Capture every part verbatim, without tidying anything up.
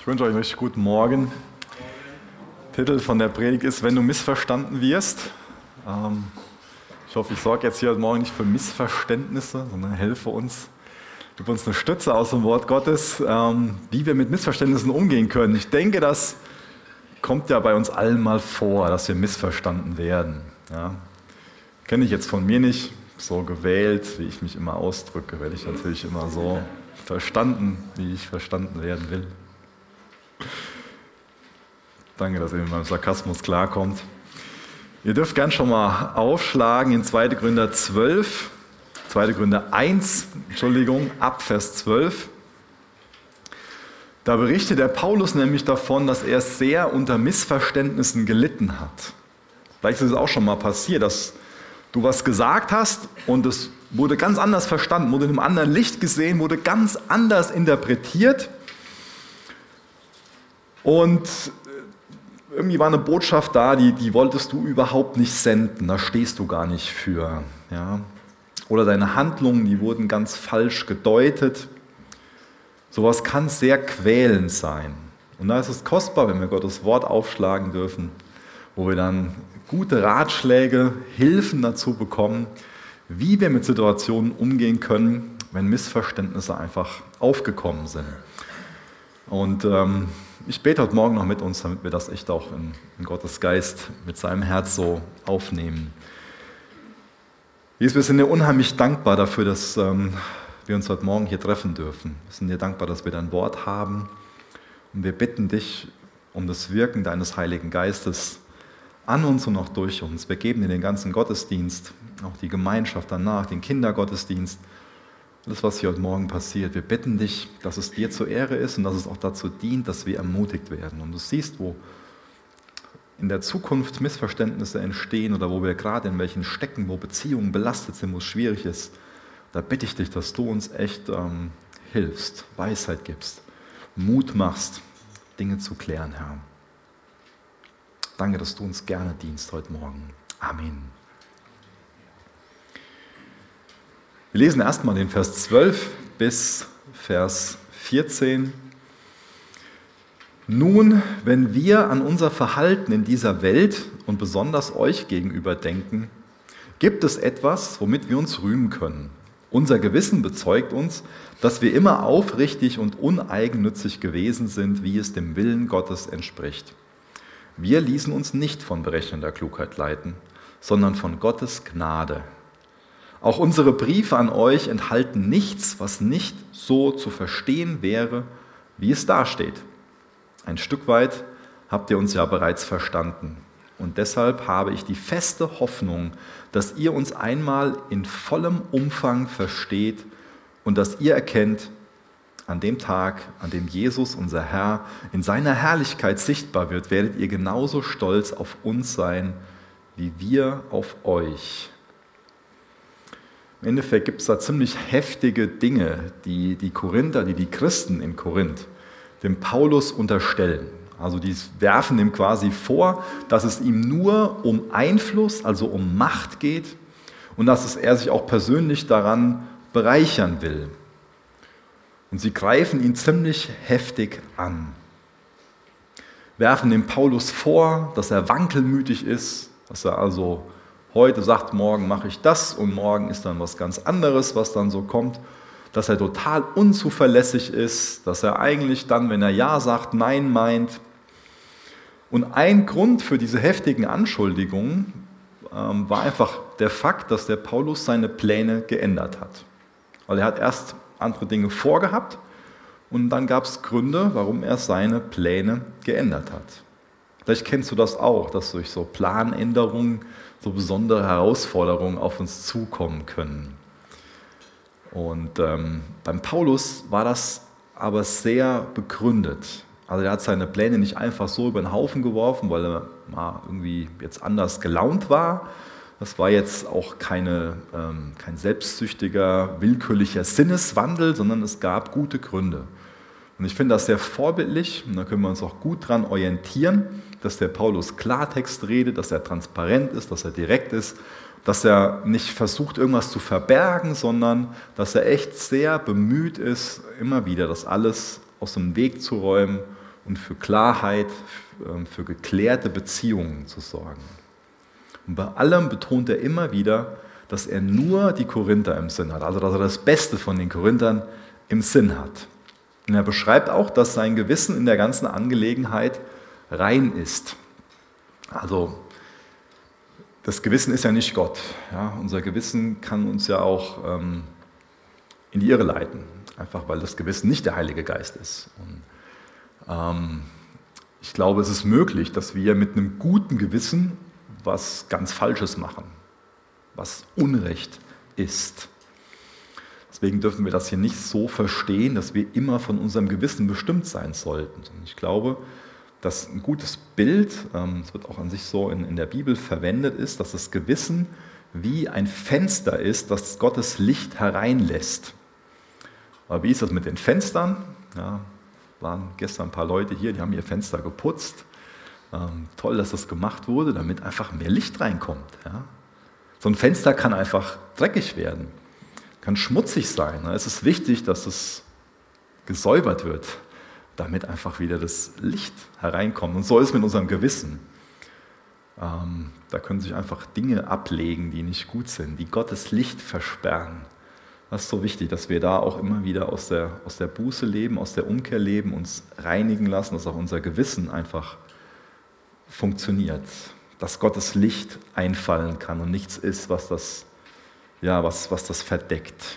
wünsche euch einen richtig guten Morgen. Titel von der Predigt ist, wenn du missverstanden wirst. Ähm, ich hoffe, ich sorge jetzt hier heute Morgen nicht für Missverständnisse, sondern helfe uns, gib uns eine Stütze aus dem Wort Gottes, ähm, wie wir mit Missverständnissen umgehen können. Ich denke, das kommt ja bei uns allen mal vor, dass wir missverstanden werden. Ja. Kenne ich jetzt von mir nicht, so gewählt, wie ich mich immer ausdrücke, werde ich natürlich immer so verstanden, wie ich verstanden werden will. Danke, dass ihr mit meinem Sarkasmus klarkommt. Ihr dürft gern schon mal aufschlagen in zweiter Korinther zwölf, zweiter Korinther eins, Entschuldigung, ab Vers zwölf. Da berichtet der Paulus nämlich davon, dass er sehr unter Missverständnissen gelitten hat. Vielleicht ist es auch schon mal passiert, dass du was gesagt hast und es wurde ganz anders verstanden, wurde in einem anderen Licht gesehen, wurde ganz anders interpretiert. Und irgendwie war eine Botschaft da, die, die wolltest du überhaupt nicht senden, da stehst du gar nicht für. Ja? Oder deine Handlungen, die wurden ganz falsch gedeutet. Sowas kann sehr quälend sein. Und da ist es kostbar, wenn wir Gottes Wort aufschlagen dürfen, wo wir dann gute Ratschläge, Hilfen dazu bekommen, wie wir mit Situationen umgehen können, wenn Missverständnisse einfach aufgekommen sind. Und ähm, ich bete heute Morgen noch mit uns, damit wir das echt auch in, in Gottes Geist mit seinem Herz so aufnehmen. Jesus, wir sind dir unheimlich dankbar dafür, dass ähm, wir uns heute Morgen hier treffen dürfen. Wir sind dir dankbar, dass wir dein Wort haben. Und wir bitten dich um das Wirken deines Heiligen Geistes an uns und auch durch uns. Wir geben dir den ganzen Gottesdienst, auch die Gemeinschaft danach, den Kindergottesdienst, alles, was hier heute Morgen passiert. Wir bitten dich, dass es dir zur Ehre ist und dass es auch dazu dient, dass wir ermutigt werden. Und du siehst, wo in der Zukunft Missverständnisse entstehen oder wo wir gerade in welchen stecken, wo Beziehungen belastet sind, wo es schwierig ist, da bitte ich dich, dass du uns echt ähm, hilfst, Weisheit gibst, Mut machst, Dinge zu klären, Herr. Danke, dass du uns gerne dienst heute Morgen. Amen. Wir lesen erstmal den Vers zwölf bis Vers vierzehn. Nun, wenn wir an unser Verhalten in dieser Welt und besonders euch gegenüber denken, gibt es etwas, womit wir uns rühmen können. Unser Gewissen bezeugt uns, dass wir immer aufrichtig und uneigennützig gewesen sind, wie es dem Willen Gottes entspricht. Wir ließen uns nicht von berechnender Klugheit leiten, sondern von Gottes Gnade. Auch unsere Briefe an euch enthalten nichts, was nicht so zu verstehen wäre, wie es dasteht. Ein Stück weit habt ihr uns ja bereits verstanden. Und deshalb habe ich die feste Hoffnung, dass ihr uns einmal in vollem Umfang versteht und dass ihr erkennt, an dem Tag, an dem Jesus, unser Herr, in seiner Herrlichkeit sichtbar wird, werdet ihr genauso stolz auf uns sein, wie wir auf euch. Im Endeffekt gibt es da ziemlich heftige Dinge, die die Korinther, die die Christen in Korinth dem Paulus unterstellen. Also die werfen ihm quasi vor, dass es ihm nur um Einfluss, also um Macht geht und dass es er sich auch persönlich daran bereichern will. Und sie greifen ihn ziemlich heftig an. Werfen dem Paulus vor, dass er wankelmütig ist, dass er also heute sagt, morgen mache ich das und morgen ist dann was ganz anderes, was dann so kommt, dass er total unzuverlässig ist, dass er eigentlich dann, wenn er Ja sagt, Nein meint. Und ein Grund für diese heftigen Anschuldigungen ähm, war einfach der Fakt, dass der Paulus seine Pläne geändert hat. Weil er hat erst andere Dinge vorgehabt und dann gab es Gründe, warum er seine Pläne geändert hat. Vielleicht kennst du das auch, dass durch so Planänderungen so besondere Herausforderungen auf uns zukommen können. Und ähm, beim Paulus war das aber sehr begründet. Also er hat seine Pläne nicht einfach so über den Haufen geworfen, weil er mal irgendwie jetzt anders gelaunt war. Das war jetzt auch keine, ähm, kein selbstsüchtiger, willkürlicher Sinneswandel, sondern es gab gute Gründe. Und ich finde das sehr vorbildlich und da können wir uns auch gut dran orientieren, dass der Paulus Klartext redet, dass er transparent ist, dass er direkt ist, dass er nicht versucht, irgendwas zu verbergen, sondern dass er echt sehr bemüht ist, immer wieder das alles aus dem Weg zu räumen und für Klarheit, für geklärte Beziehungen zu sorgen. Und bei allem betont er immer wieder, dass er nur die Korinther im Sinn hat, also dass er das Beste von den Korinthern im Sinn hat. Und er beschreibt auch, dass sein Gewissen in der ganzen Angelegenheit rein ist. Also das Gewissen ist ja nicht Gott. Ja, unser Gewissen kann uns ja auch ähm, in die Irre leiten, einfach weil das Gewissen nicht der Heilige Geist ist. Und, ähm, ich glaube, es ist möglich, dass wir mit einem guten Gewissen was ganz Falsches machen, was Unrecht ist. Deswegen dürfen wir das hier nicht so verstehen, dass wir immer von unserem Gewissen bestimmt sein sollten. Und ich glaube, dass ein gutes Bild, es wird auch an sich so in, in der Bibel verwendet, ist, dass das Gewissen wie ein Fenster ist, das Gottes Licht hereinlässt. Aber wie ist das mit den Fenstern? Ja, waren gestern ein paar Leute hier, die haben ihr Fenster geputzt. Ähm, toll, dass das gemacht wurde, damit einfach mehr Licht reinkommt. Ja? So ein Fenster kann einfach dreckig werden, kann schmutzig sein. Es ist wichtig, dass es gesäubert wird, damit einfach wieder das Licht hereinkommt. Und so ist es mit unserem Gewissen. Ähm, da können sich einfach Dinge ablegen, die nicht gut sind, die Gottes Licht versperren. Das ist so wichtig, dass wir da auch immer wieder aus der, aus der Buße leben, aus der Umkehr leben, uns reinigen lassen, dass auch unser Gewissen einfach funktioniert, dass Gottes Licht einfallen kann und nichts ist, was das, ja, was, was das verdeckt.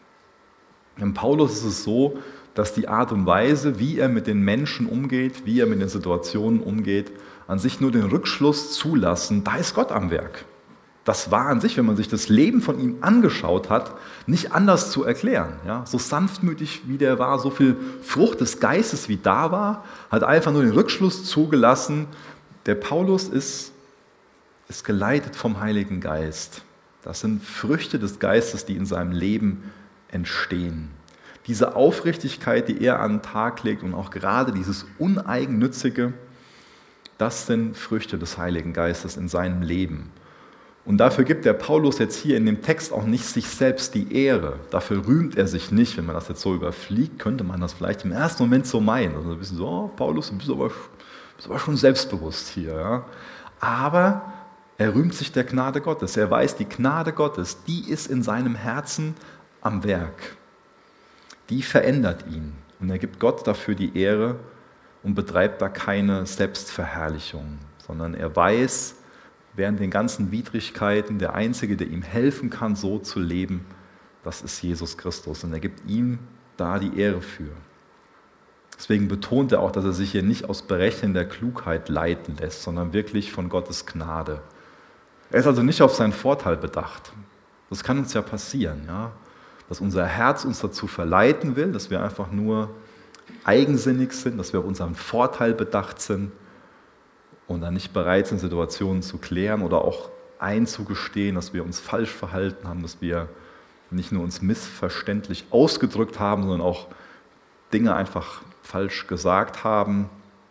Im Paulus ist es so, dass die Art und Weise, wie er mit den Menschen umgeht, wie er mit den Situationen umgeht, an sich nur den Rückschluss zulassen, da ist Gott am Werk. Das war an sich, wenn man sich das Leben von ihm angeschaut hat, nicht anders zu erklären. Ja, so sanftmütig wie der war, so viel Frucht des Geistes wie da war, hat einfach nur den Rückschluss zugelassen, der Paulus ist, ist geleitet vom Heiligen Geist. Das sind Früchte des Geistes, die in seinem Leben entstehen. Diese Aufrichtigkeit, die er an den Tag legt und auch gerade dieses Uneigennützige, das sind Früchte des Heiligen Geistes in seinem Leben. Und dafür gibt der Paulus jetzt hier in dem Text auch nicht sich selbst die Ehre. Dafür rühmt er sich nicht. Wenn man das jetzt so überfliegt, könnte man das vielleicht im ersten Moment so meinen. Also ein bisschen so, oh, Paulus, du bist aber, bist aber schon selbstbewusst hier. Ja? Aber er rühmt sich der Gnade Gottes. Er weiß, die Gnade Gottes, die ist in seinem Herzen am Werk. Die verändert ihn. Und er gibt Gott dafür die Ehre und betreibt da keine Selbstverherrlichung, sondern er weiß, während den ganzen Widrigkeiten, der Einzige, der ihm helfen kann, so zu leben, das ist Jesus Christus. Und er gibt ihm da die Ehre für. Deswegen betont er auch, dass er sich hier nicht aus berechnender Klugheit leiten lässt, sondern wirklich von Gottes Gnade. Er ist also nicht auf seinen Vorteil bedacht. Das kann uns ja passieren, ja? Dass unser Herz uns dazu verleiten will, dass wir einfach nur eigensinnig sind, dass wir auf unseren Vorteil bedacht sind und dann nicht bereit sind, Situationen zu klären oder auch einzugestehen, dass wir uns falsch verhalten haben, dass wir nicht nur uns missverständlich ausgedrückt haben, sondern auch Dinge einfach falsch gesagt haben.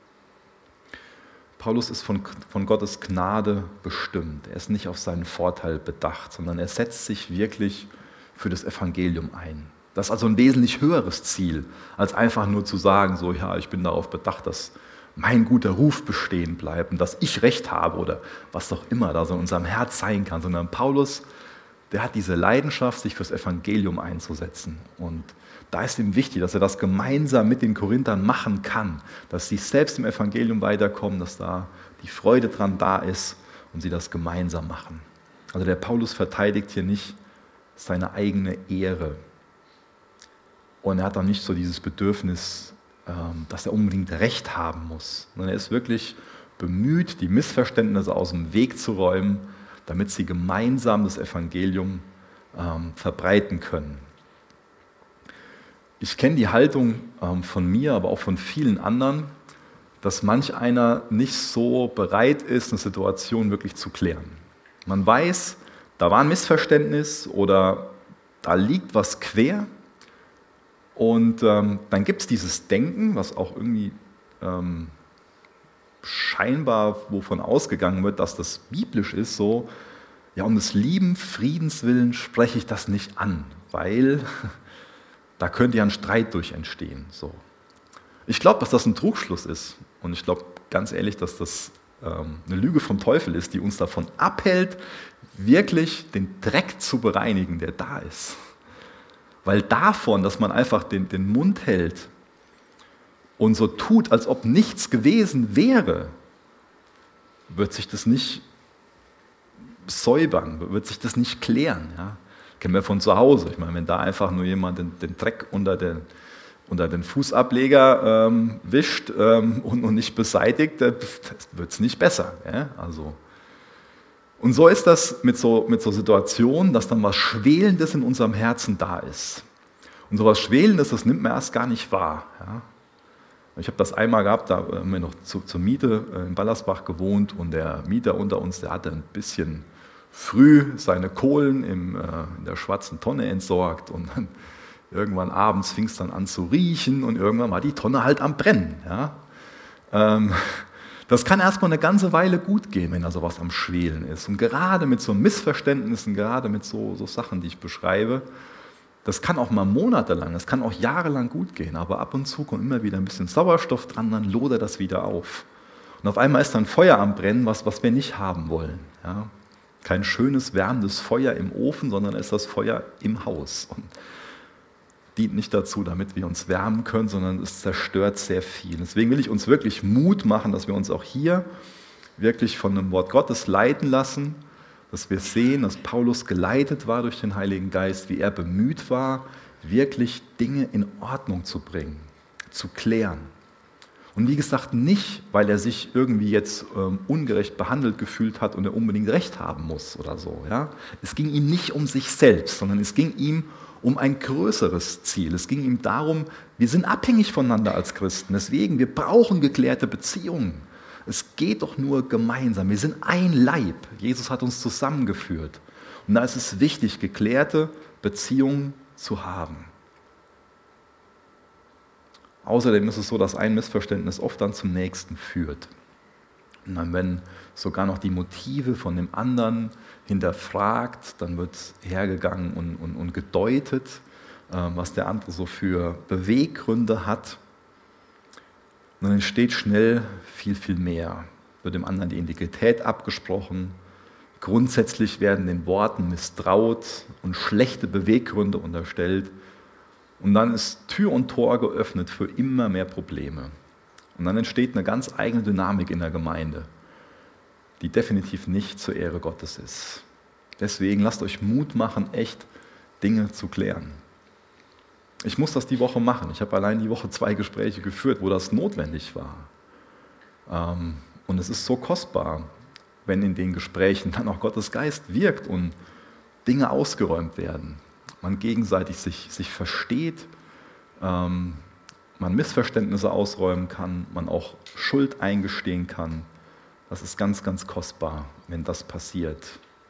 Paulus ist von, von Gottes Gnade bestimmt. Er ist nicht auf seinen Vorteil bedacht, sondern er setzt sich wirklich für das Evangelium ein. Das ist also ein wesentlich höheres Ziel, als einfach nur zu sagen, so, ja, ich bin darauf bedacht, dass mein guter Ruf bestehen bleibt und dass ich Recht habe oder was doch immer da so in unserem Herz sein kann, sondern Paulus, der hat diese Leidenschaft, sich fürs Evangelium einzusetzen. Und da ist ihm wichtig, dass er das gemeinsam mit den Korinthern machen kann, dass sie selbst im Evangelium weiterkommen, dass da die Freude dran da ist und sie das gemeinsam machen. Also der Paulus verteidigt hier nicht seine eigene Ehre. Und er hat auch nicht so dieses Bedürfnis, dass er unbedingt Recht haben muss. Sondern er ist wirklich bemüht, die Missverständnisse aus dem Weg zu räumen, damit sie gemeinsam das Evangelium ähm, verbreiten können. Ich kenne die Haltung ähm, von mir, aber auch von vielen anderen, dass manch einer nicht so bereit ist, eine Situation wirklich zu klären. Man weiß, da war ein Missverständnis oder da liegt was quer. Und ähm, dann gibt es dieses Denken, was auch irgendwie ähm, scheinbar wovon ausgegangen wird, dass das biblisch ist, so, ja, um des lieben Friedens willen spreche ich das nicht an, weil da könnte ja ein Streit durch entstehen. So. Ich glaube, dass das ein Trugschluss ist. Und ich glaube ganz ehrlich, dass das ähm, eine Lüge vom Teufel ist, die uns davon abhält, wirklich den Dreck zu bereinigen, der da ist. Weil davon, dass man einfach den, den Mund hält und so tut, als ob nichts gewesen wäre, wird sich das nicht säubern, wird sich das nicht klären. Ja? Kennen wir von zu Hause. Ich meine, wenn da einfach nur jemand den, den Dreck unter den, unter den Fußableger ähm, wischt ähm, und, und nicht beseitigt, dann wird es nicht besser. Ja? Also, und so ist das mit so, mit so Situationen, dass dann was Schwelendes in unserem Herzen da ist. Und so was Schwelendes, das nimmt man erst gar nicht wahr. Ja? Ich habe das einmal gehabt, da haben wir noch zu, zur Miete in Ballersbach gewohnt und der Mieter unter uns, der hatte ein bisschen früh seine Kohlen im, äh, in der schwarzen Tonne entsorgt und dann irgendwann abends fing es dann an zu riechen und irgendwann war die Tonne halt am Brennen. Ja? Ähm, das kann erstmal eine ganze Weile gut gehen, wenn da sowas am Schwelen ist. Und gerade mit so Missverständnissen, gerade mit so, so Sachen, die ich beschreibe, das kann auch mal monatelang, das kann auch jahrelang gut gehen, aber ab und zu kommt immer wieder ein bisschen Sauerstoff dran, dann lodert das wieder auf. Und auf einmal ist dann Feuer am Brennen, was, was wir nicht haben wollen. Ja? Kein schönes, wärmendes Feuer im Ofen, sondern ist das Feuer im Haus. Und dient nicht dazu, damit wir uns wärmen können, sondern es zerstört sehr viel. Deswegen will ich uns wirklich Mut machen, dass wir uns auch hier wirklich von dem Wort Gottes leiten lassen, dass wir sehen, dass Paulus geleitet war durch den Heiligen Geist, wie er bemüht war, wirklich Dinge in Ordnung zu bringen, zu klären. Und wie gesagt, nicht, weil er sich irgendwie jetzt ähm, ungerecht behandelt gefühlt hat und er unbedingt Recht haben muss oder so. Ja? Es ging ihm nicht um sich selbst, sondern es ging ihm um ein größeres Ziel. Es ging ihm darum, wir sind abhängig voneinander als Christen. Deswegen, wir brauchen geklärte Beziehungen. Es geht doch nur gemeinsam. Wir sind ein Leib. Jesus hat uns zusammengeführt. Und da ist es wichtig, geklärte Beziehungen zu haben. Außerdem ist es so, dass ein Missverständnis oft dann zum nächsten führt. Und dann, wenn sogar noch die Motive von dem anderen hinterfragt, dann wird hergegangen und, und, und gedeutet, äh, was der andere so für Beweggründe hat. Und dann entsteht schnell viel, viel mehr. Wird dem anderen die Integrität abgesprochen. Grundsätzlich werden den Worten misstraut und schlechte Beweggründe unterstellt. Und dann ist Tür und Tor geöffnet für immer mehr Probleme. Und dann entsteht eine ganz eigene Dynamik in der Gemeinde, die definitiv nicht zur Ehre Gottes ist. Deswegen lasst euch Mut machen, echt Dinge zu klären. Ich muss das die Woche machen. Ich habe allein die Woche zwei Gespräche geführt, wo das notwendig war. Und es ist so kostbar, wenn in den Gesprächen dann auch Gottes Geist wirkt und Dinge ausgeräumt werden. Man gegenseitig sich, sich versteht, ähm, man Missverständnisse ausräumen kann, man auch Schuld eingestehen kann. Das ist ganz, ganz kostbar, wenn das passiert.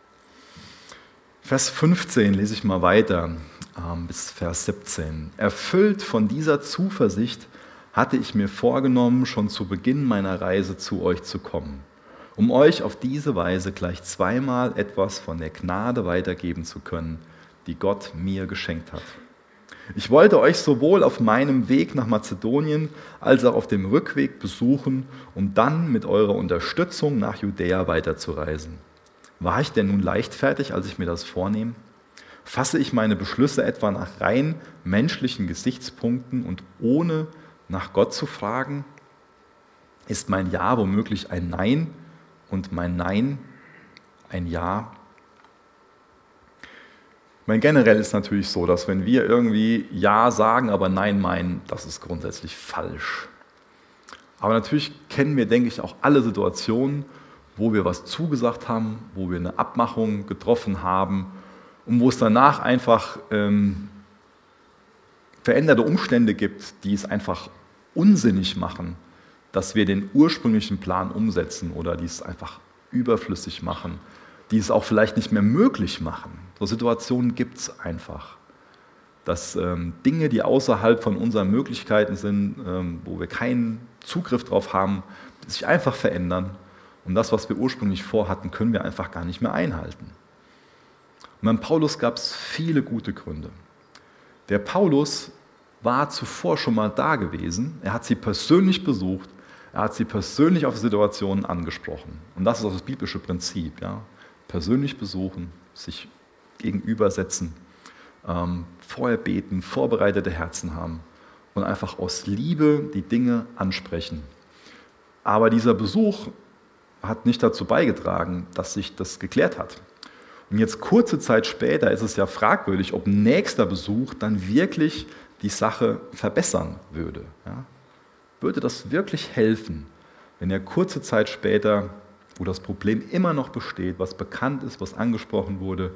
Vers fünfzehn lese ich mal weiter ähm, bis Vers siebzehn. Erfüllt von dieser Zuversicht hatte ich mir vorgenommen, schon zu Beginn meiner Reise zu euch zu kommen, um euch auf diese Weise gleich zweimal etwas von der Gnade weitergeben zu können, die Gott mir geschenkt hat. Ich wollte euch sowohl auf meinem Weg nach Mazedonien als auch auf dem Rückweg besuchen, um dann mit eurer Unterstützung nach Judäa weiterzureisen. War ich denn nun leichtfertig, als ich mir das vornehme? Fasse ich meine Beschlüsse etwa nach rein menschlichen Gesichtspunkten und ohne nach Gott zu fragen? Ist mein Ja womöglich ein Nein und mein Nein ein Ja? Ich meine, generell ist es natürlich so, dass wenn wir irgendwie Ja sagen, aber Nein meinen, das ist grundsätzlich falsch. Aber natürlich kennen wir, denke ich, auch alle Situationen, wo wir was zugesagt haben, wo wir eine Abmachung getroffen haben und wo es danach einfach ähm, veränderte Umstände gibt, die es einfach unsinnig machen, dass wir den ursprünglichen Plan umsetzen oder die es einfach überflüssig machen, die es auch vielleicht nicht mehr möglich machen. So Situationen gibt es einfach. Dass ähm, Dinge, die außerhalb von unseren Möglichkeiten sind, ähm, wo wir keinen Zugriff drauf haben, sich einfach verändern. Und das, was wir ursprünglich vorhatten, können wir einfach gar nicht mehr einhalten. Und beim Paulus gab es viele gute Gründe. Der Paulus war zuvor schon mal da gewesen. Er hat sie persönlich besucht. Er hat sie persönlich auf Situationen angesprochen. Und das ist auch das biblische Prinzip. Ja? Persönlich besuchen, sich gegenübersetzen, ähm, vorher beten, vorbereitete Herzen haben und einfach aus Liebe die Dinge ansprechen. Aber dieser Besuch hat nicht dazu beigetragen, dass sich das geklärt hat. Und jetzt kurze Zeit später ist es ja fragwürdig, ob ein nächster Besuch dann wirklich die Sache verbessern würde. Ja? Würde das wirklich helfen, wenn er kurze Zeit später, wo das Problem immer noch besteht, was bekannt ist, was angesprochen wurde,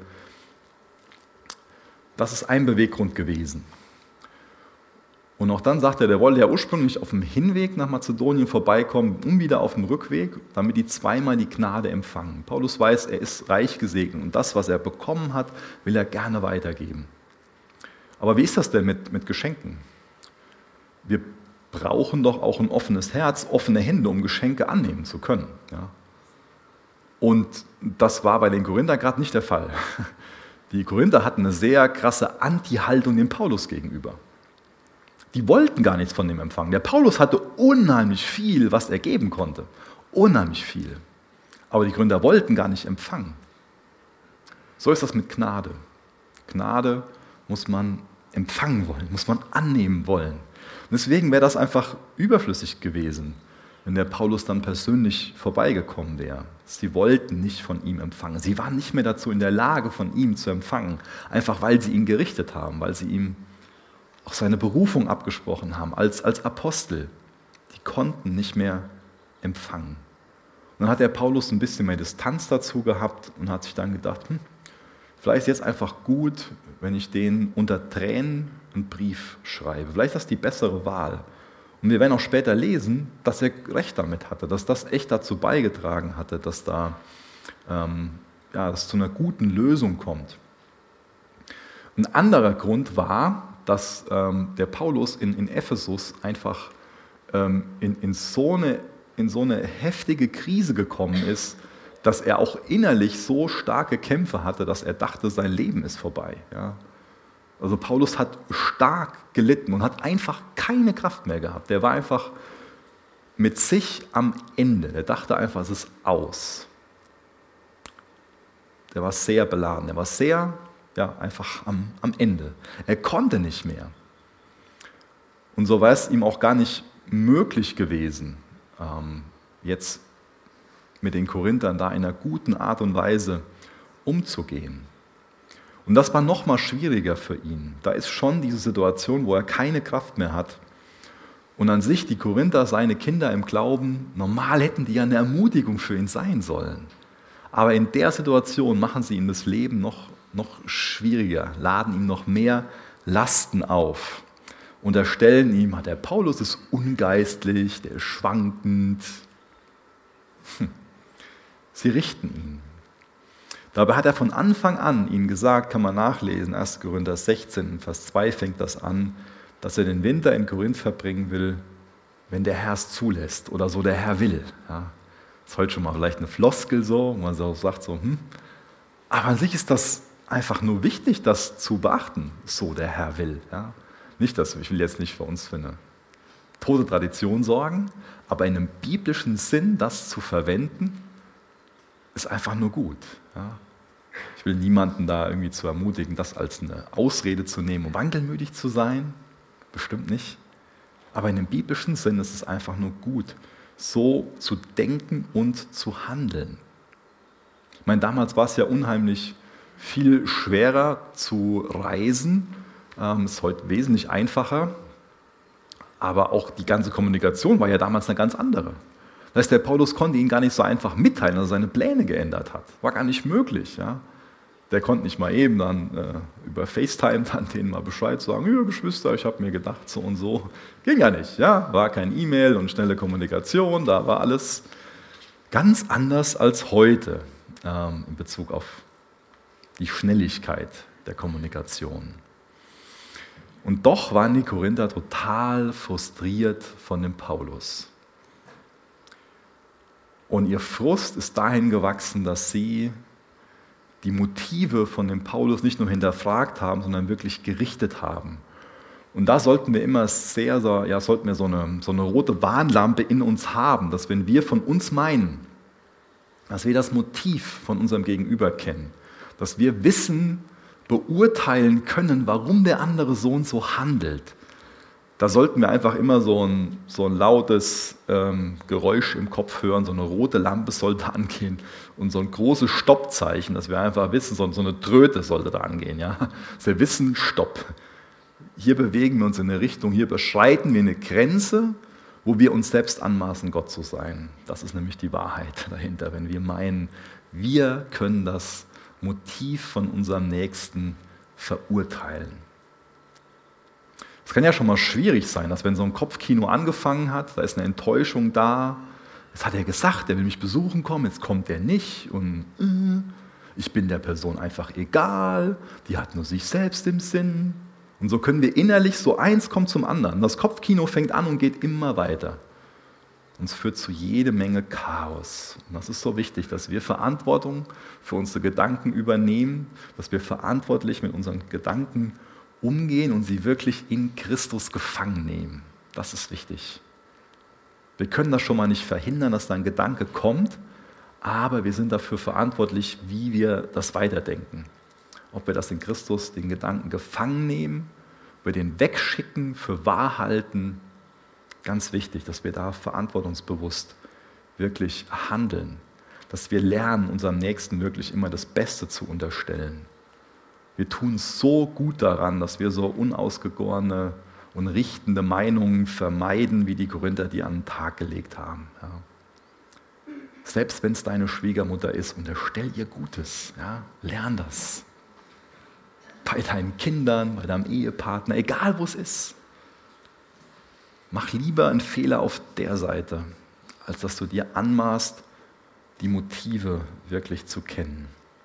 das ist ein Beweggrund gewesen. Und auch dann sagt er, der wollte ja ursprünglich auf dem Hinweg nach Mazedonien vorbeikommen, um wieder auf dem Rückweg, damit die zweimal die Gnade empfangen. Paulus weiß, er ist reich gesegnet und das, was er bekommen hat, will er gerne weitergeben. Aber wie ist das denn mit, mit Geschenken? Wir brauchen doch auch ein offenes Herz, offene Hände, um Geschenke annehmen zu können. Ja? Und das war bei den Korinther gerade nicht der Fall. Die Korinther hatten eine sehr krasse Anti-Haltung dem Paulus gegenüber. Die wollten gar nichts von dem empfangen. Der Paulus hatte unheimlich viel, was er geben konnte. Unheimlich viel. Aber die Korinther wollten gar nicht empfangen. So ist das mit Gnade. Gnade muss man empfangen wollen, muss man annehmen wollen. Und deswegen wäre das einfach überflüssig gewesen, wenn der Paulus dann persönlich vorbeigekommen wäre. Sie wollten nicht von ihm empfangen. Sie waren nicht mehr dazu in der Lage, von ihm zu empfangen, einfach weil sie ihn gerichtet haben, weil sie ihm auch seine Berufung abgesprochen haben als, als Apostel. Die konnten nicht mehr empfangen. Und dann hat der Paulus ein bisschen mehr Distanz dazu gehabt und hat sich dann gedacht, hm, vielleicht ist jetzt einfach gut, wenn ich denen unter Tränen einen Brief schreibe. Vielleicht ist das die bessere Wahl. Und wir werden auch später lesen, dass er recht damit hatte, dass das echt dazu beigetragen hatte, dass da ähm, ja, dass zu einer guten Lösung kommt. Ein anderer Grund war, dass ähm, der Paulus in, in Ephesus einfach ähm, in, in, so eine, in so eine heftige Krise gekommen ist, dass er auch innerlich so starke Kämpfe hatte, dass er dachte, sein Leben ist vorbei. Ja. Also Paulus hat stark gelitten und hat einfach keine Kraft mehr gehabt. Der war einfach mit sich am Ende. Der dachte einfach, es ist aus. Der war sehr beladen. Der war sehr, ja, einfach am, am Ende. Er konnte nicht mehr. Und so war es ihm auch gar nicht möglich gewesen, ähm, jetzt mit den Korinthern da in einer guten Art und Weise umzugehen. Und das war noch mal schwieriger für ihn. Da ist schon diese Situation, wo er keine Kraft mehr hat. Und an sich, die Korinther, seine Kinder im Glauben, normal hätten die ja eine Ermutigung für ihn sein sollen. Aber in der Situation machen sie ihm das Leben noch, noch schwieriger, laden ihm noch mehr Lasten auf. Unterstellen ihm, der Paulus ist ungeistlich, der ist schwankend. Hm. Sie richten ihn. Dabei hat er von Anfang an ihnen gesagt, kann man nachlesen, erster Korinther sechzehn, Vers zwei fängt das an, dass er den Winter in Korinth verbringen will, wenn der Herr es zulässt oder so der Herr will. Ja, das ist heute schon mal vielleicht eine Floskel so, wo man so sagt, so, hm. Aber an sich ist das einfach nur wichtig, das zu beachten, so der Herr will. Ja. Nicht, dass ich will jetzt nicht für uns für eine tote Tradition sorgen, aber in einem biblischen Sinn das zu verwenden, ist einfach nur gut. Ja. Ich will niemanden da irgendwie zu ermutigen, das als eine Ausrede zu nehmen, um wankelmütig zu sein. Bestimmt nicht. Aber in dem biblischen Sinn ist es einfach nur gut, so zu denken und zu handeln. Ich meine, damals war es ja unheimlich viel schwerer zu reisen. Ähm, ist heute wesentlich einfacher. Aber auch die ganze Kommunikation war ja damals eine ganz andere. Das heißt, der Paulus konnte ihn gar nicht so einfach mitteilen, dass er seine Pläne geändert hat. War gar nicht möglich. Ja? Der konnte nicht mal eben dann äh, über FaceTime dann denen mal Bescheid sagen, ja Geschwister, ich habe mir gedacht, so und so. Ging ja nicht. Ja? War kein E-Mail und schnelle Kommunikation, da war alles ganz anders als heute ähm, in Bezug auf die Schnelligkeit der Kommunikation. Und doch waren die Korinther total frustriert von dem Paulus. Und ihr Frust ist dahin gewachsen, dass sie die Motive von dem Paulus nicht nur hinterfragt haben, sondern wirklich gerichtet haben. Und da sollten wir immer sehr, so, ja, sollten wir so eine, so eine rote Warnlampe in uns haben, dass wenn wir von uns meinen, dass wir das Motiv von unserem Gegenüber kennen, dass wir wissen, beurteilen können, warum der andere so und so handelt. Da sollten wir einfach immer so ein, so ein lautes ähm, Geräusch im Kopf hören, so eine rote Lampe sollte angehen und so ein großes Stoppzeichen, dass wir einfach wissen, so, so eine Tröte sollte da angehen. Ja? Dass wir wissen, Stopp. Hier bewegen wir uns in eine Richtung, hier überschreiten wir eine Grenze, wo wir uns selbst anmaßen, Gott zu sein. Das ist nämlich die Wahrheit dahinter, wenn wir meinen, wir können das Motiv von unserem Nächsten verurteilen. Es kann ja schon mal schwierig sein, dass wenn so ein Kopfkino angefangen hat, da ist eine Enttäuschung da, jetzt hat er gesagt, er will mich besuchen kommen, jetzt kommt er nicht und äh, ich bin der Person einfach egal, die hat nur sich selbst im Sinn. Und so können wir innerlich, so eins kommt zum anderen. Das Kopfkino fängt an und geht immer weiter. Und es führt zu jede Menge Chaos. Und das ist so wichtig, dass wir Verantwortung für unsere Gedanken übernehmen, dass wir verantwortlich mit unseren Gedanken umgehen und sie wirklich in Christus gefangen nehmen. Das ist wichtig. Wir können das schon mal nicht verhindern, dass da ein Gedanke kommt, aber wir sind dafür verantwortlich, wie wir das weiterdenken. Ob wir das in Christus, den Gedanken gefangen nehmen, ob wir den wegschicken, für wahr halten. Ganz wichtig, dass wir da verantwortungsbewusst wirklich handeln. Dass wir lernen, unserem Nächsten wirklich immer das Beste zu unterstellen. Wir tun so gut daran, dass wir so unausgegorene und richtende Meinungen vermeiden, wie die Korinther die an den Tag gelegt haben. Ja. Selbst wenn es deine Schwiegermutter ist, unterstell ihr Gutes. Ja. Lern das. Bei deinen Kindern, bei deinem Ehepartner, egal wo es ist. Mach lieber einen Fehler auf der Seite, als dass du dir anmaßt, die Motive wirklich zu kennen.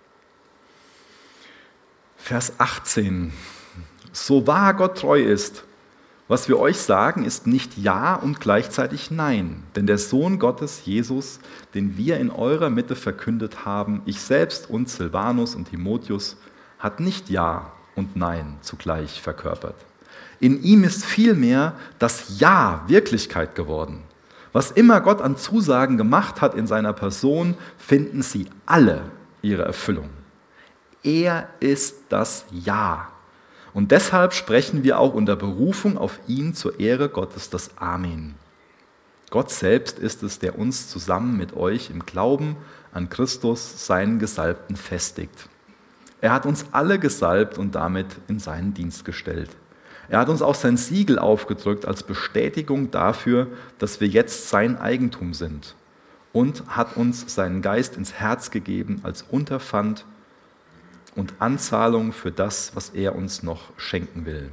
Vers achtzehn. So wahr Gott treu ist, was wir euch sagen, ist nicht Ja und gleichzeitig Nein. Denn der Sohn Gottes, Jesus, den wir in eurer Mitte verkündet haben, ich selbst und Silvanus und Timotheus, hat nicht Ja und Nein zugleich verkörpert. In ihm ist vielmehr das Ja Wirklichkeit geworden. Was immer Gott an Zusagen gemacht hat in seiner Person, finden sie alle ihre Erfüllung. Er ist das Ja. Und deshalb sprechen wir auch unter Berufung auf ihn zur Ehre Gottes das Amen. Gott selbst ist es, der uns zusammen mit euch im Glauben an Christus, seinen Gesalbten, festigt. Er hat uns alle gesalbt und damit in seinen Dienst gestellt. Er hat uns auch sein Siegel aufgedrückt als Bestätigung dafür, dass wir jetzt sein Eigentum sind, und hat uns seinen Geist ins Herz gegeben als Unterpfand und Anzahlung für das, was er uns noch schenken will.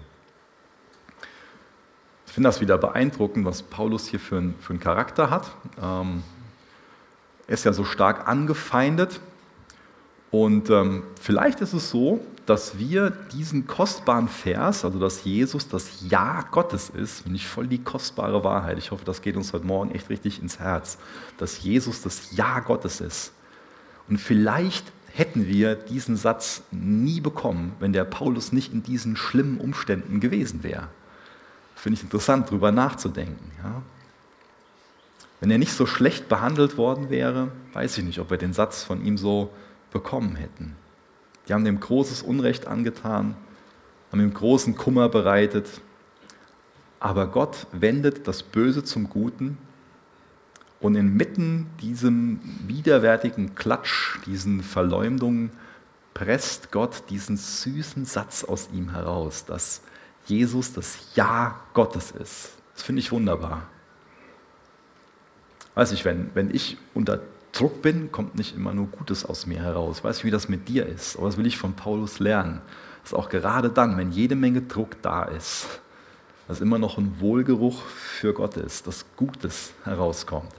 Ich finde das wieder beeindruckend, was Paulus hier für einen, für einen Charakter hat. Ähm, er ist ja so stark angefeindet. Und ähm, vielleicht ist es so, dass wir diesen kostbaren Vers, also dass Jesus das Ja Gottes ist, finde ich voll die kostbare Wahrheit. Ich hoffe, das geht uns heute Morgen echt richtig ins Herz, dass Jesus das Ja Gottes ist. Und vielleicht hätten wir diesen Satz nie bekommen, wenn der Paulus nicht in diesen schlimmen Umständen gewesen wäre. Finde ich interessant, darüber nachzudenken. Ja? Wenn er nicht so schlecht behandelt worden wäre, weiß ich nicht, ob wir den Satz von ihm so bekommen hätten. Die haben dem großes Unrecht angetan, haben ihm großen Kummer bereitet, aber Gott wendet das Böse zum Guten und inmitten diesem widerwärtigen Klatsch, diesen Verleumdungen, presst Gott diesen süßen Satz aus ihm heraus, dass Jesus das Ja Gottes ist. Das finde ich wunderbar. Weiß ich, wenn, wenn ich unter Druck bin, kommt nicht immer nur Gutes aus mir heraus. Ich weiß nicht, wie das mit dir ist, aber das will ich von Paulus lernen. Dass auch gerade dann, wenn jede Menge Druck da ist, dass immer noch ein Wohlgeruch für Gott ist, dass Gutes herauskommt.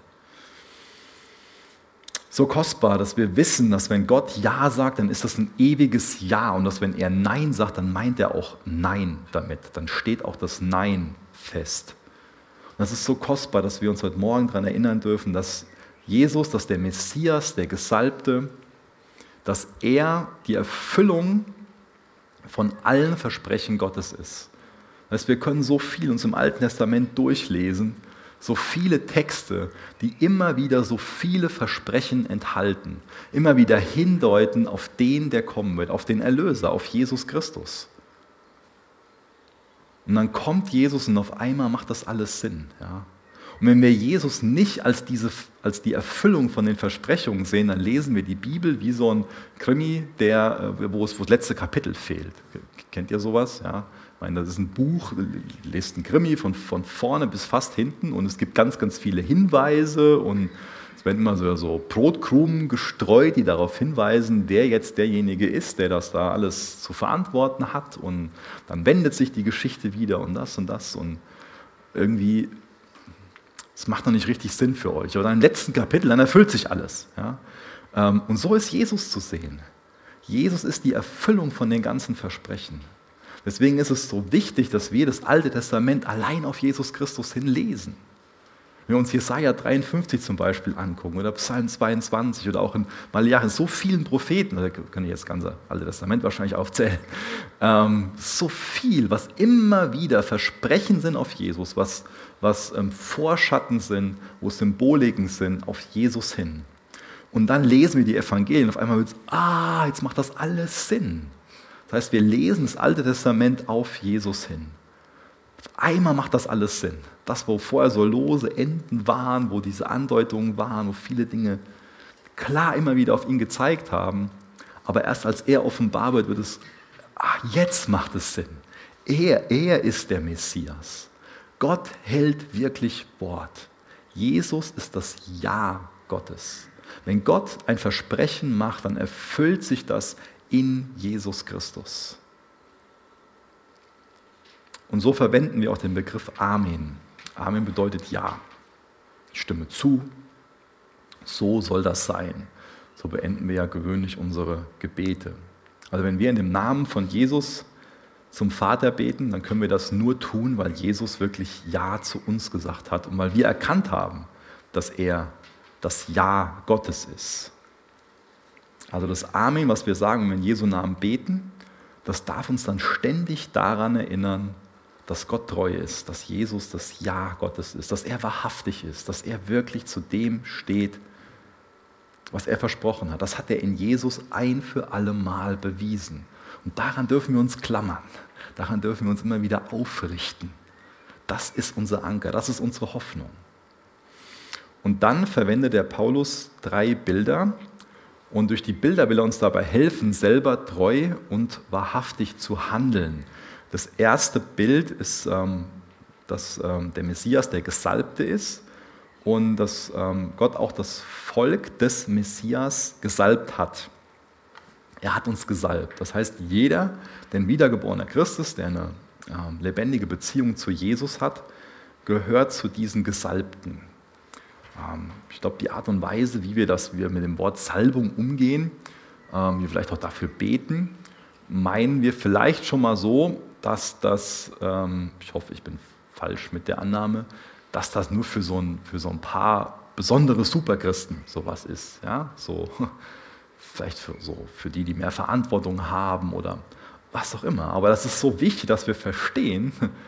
So kostbar, dass wir wissen, dass wenn Gott Ja sagt, dann ist das ein ewiges Ja, und dass wenn er Nein sagt, dann meint er auch Nein damit. Dann steht auch das Nein fest. Und das ist so kostbar, dass wir uns heute Morgen daran erinnern dürfen, dass Jesus, dass der Messias, der Gesalbte, dass er die Erfüllung von allen Versprechen Gottes ist. Das heißt, wir können so viel uns im Alten Testament durchlesen, so viele Texte, die immer wieder so viele Versprechen enthalten, immer wieder hindeuten auf den, der kommen wird, auf den Erlöser, auf Jesus Christus. Und dann kommt Jesus und auf einmal macht das alles Sinn. Ja? Und wenn wir Jesus nicht als, diese, als die Erfüllung von den Versprechungen sehen, dann lesen wir die Bibel wie so ein Krimi, der, wo, es, wo das letzte Kapitel fehlt. Kennt ihr sowas? Ja? Ich meine, das ist ein Buch, lest ein Krimi von, von vorne bis fast hinten und es gibt ganz, ganz viele Hinweise und es werden immer so, so Brotkrumen gestreut, die darauf hinweisen, wer jetzt derjenige ist, der das da alles zu verantworten hat und dann wendet sich die Geschichte wieder und das und das und irgendwie, es macht noch nicht richtig Sinn für euch. Aber dann im letzten Kapitel, dann erfüllt sich alles. Ja? Und so ist Jesus zu sehen. Jesus ist die Erfüllung von den ganzen Versprechen. Deswegen ist es so wichtig, dass wir das Alte Testament allein auf Jesus Christus hin lesen. Wenn wir uns Jesaja dreiundfünfzig zum Beispiel angucken oder Psalm zweiundzwanzig oder auch in Malachi, so vielen Propheten, da kann ich jetzt das ganze Alte Testament wahrscheinlich aufzählen, ähm, so viel, was immer wieder Versprechen sind auf Jesus, was, was ähm, Vorschatten sind, wo Symboliken sind auf Jesus hin. Und dann lesen wir die Evangelien, auf einmal wird es, ah, jetzt macht das alles Sinn. Das heißt, wir lesen das Alte Testament auf Jesus hin. Auf einmal macht das alles Sinn. Das, wo vorher so lose Enden waren, wo diese Andeutungen waren, wo viele Dinge klar immer wieder auf ihn gezeigt haben, aber erst als er offenbar wird, wird es, ach, jetzt macht es Sinn. Er, er ist der Messias. Gott hält wirklich Wort. Jesus ist das Ja Gottes. Wenn Gott ein Versprechen macht, dann erfüllt sich das in Jesus Christus. Und so verwenden wir auch den Begriff Amen. Amen bedeutet Ja. Ich stimme zu. So soll das sein. So beenden wir ja gewöhnlich unsere Gebete. Also wenn wir in dem Namen von Jesus zum Vater beten, dann können wir das nur tun, weil Jesus wirklich Ja zu uns gesagt hat und weil wir erkannt haben, dass er das Ja Gottes ist. Also das Amen, was wir sagen, wenn wir in Jesu Namen beten, das darf uns dann ständig daran erinnern, dass Gott treu ist, dass Jesus das Ja Gottes ist, dass er wahrhaftig ist, dass er wirklich zu dem steht, was er versprochen hat. Das hat er in Jesus ein für alle Mal bewiesen. Und daran dürfen wir uns klammern, daran dürfen wir uns immer wieder aufrichten. Das ist unser Anker, das ist unsere Hoffnung. Und dann verwendet der Paulus drei Bilder und durch die Bilder will er uns dabei helfen, selber treu und wahrhaftig zu handeln. Das erste Bild ist, ähm, dass ähm, der Messias der Gesalbte ist und dass ähm, Gott auch das Volk des Messias gesalbt hat. Er hat uns gesalbt. Das heißt, jeder, der ein wiedergeborener Christ ist, der eine ähm, lebendige Beziehung zu Jesus hat, gehört zu diesen Gesalbten. Ähm, ich glaube, die Art und Weise, wie wir, das, wie wir mit dem Wort Salbung umgehen, ähm, wie wir vielleicht auch dafür beten, meinen wir vielleicht schon mal so, dass das, ähm, ich hoffe, ich bin falsch mit der Annahme, dass das nur für so ein, für so ein paar besondere Superchristen sowas ist. Ja? So, vielleicht für, so, für die, die mehr Verantwortung haben oder was auch immer. Aber das ist so wichtig, dass wir verstehen,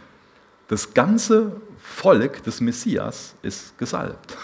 das ganze Volk des Messias ist gesalbt.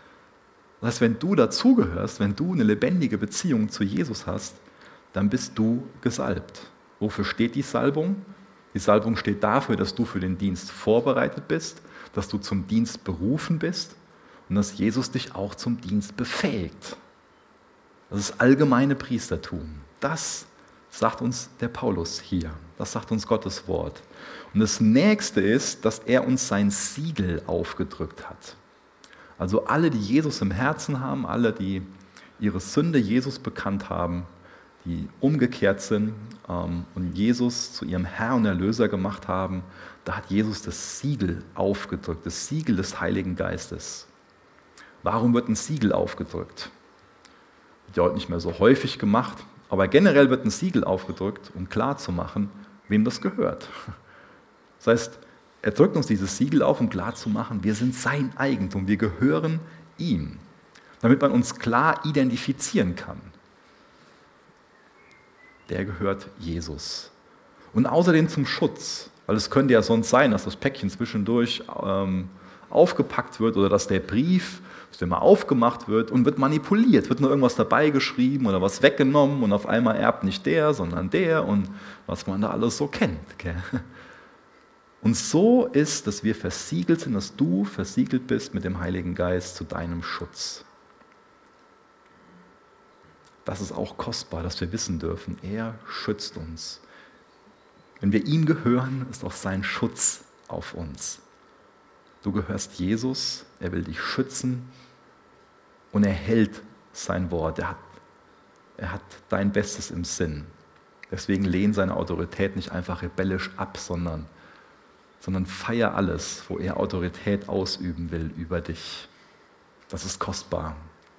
Das heißt, wenn du dazugehörst, wenn du eine lebendige Beziehung zu Jesus hast, dann bist du gesalbt. Wofür steht die Salbung? Die Salbung steht dafür, dass du für den Dienst vorbereitet bist, dass du zum Dienst berufen bist und dass Jesus dich auch zum Dienst befähigt. Das ist allgemeine Priestertum. Das sagt uns der Paulus hier. Das sagt uns Gottes Wort. Und das Nächste ist, dass er uns sein Siegel aufgedrückt hat. Also alle, die Jesus im Herzen haben, alle, die ihre Sünde Jesus bekannt haben, die umgekehrt sind ähm, und Jesus zu ihrem Herr und Erlöser gemacht haben, da hat Jesus das Siegel aufgedrückt, das Siegel des Heiligen Geistes. Warum wird ein Siegel aufgedrückt? Wird ja heute nicht mehr so häufig gemacht, aber generell wird ein Siegel aufgedrückt, um klarzumachen, wem das gehört. Das heißt, er drückt uns dieses Siegel auf, um klarzumachen, wir sind sein Eigentum, wir gehören ihm, damit man uns klar identifizieren kann. Der gehört Jesus. Und außerdem zum Schutz, weil es könnte ja sonst sein, dass das Päckchen zwischendurch ähm, aufgepackt wird oder dass der Brief, dass der mal aufgemacht wird und wird manipuliert, wird nur irgendwas dabei geschrieben oder was weggenommen und auf einmal erbt nicht der, sondern der und was man da alles so kennt. Gell? Und so ist, dass wir versiegelt sind, dass du versiegelt bist mit dem Heiligen Geist zu deinem Schutz. Das ist auch kostbar, dass wir wissen dürfen, er schützt uns. Wenn wir ihm gehören, ist auch sein Schutz auf uns. Du gehörst Jesus, er will dich schützen und er hält sein Wort. Er hat, er hat dein Bestes im Sinn. Deswegen lehn seine Autorität nicht einfach rebellisch ab, sondern, sondern feier alles, wo er Autorität ausüben will über dich. Das ist kostbar.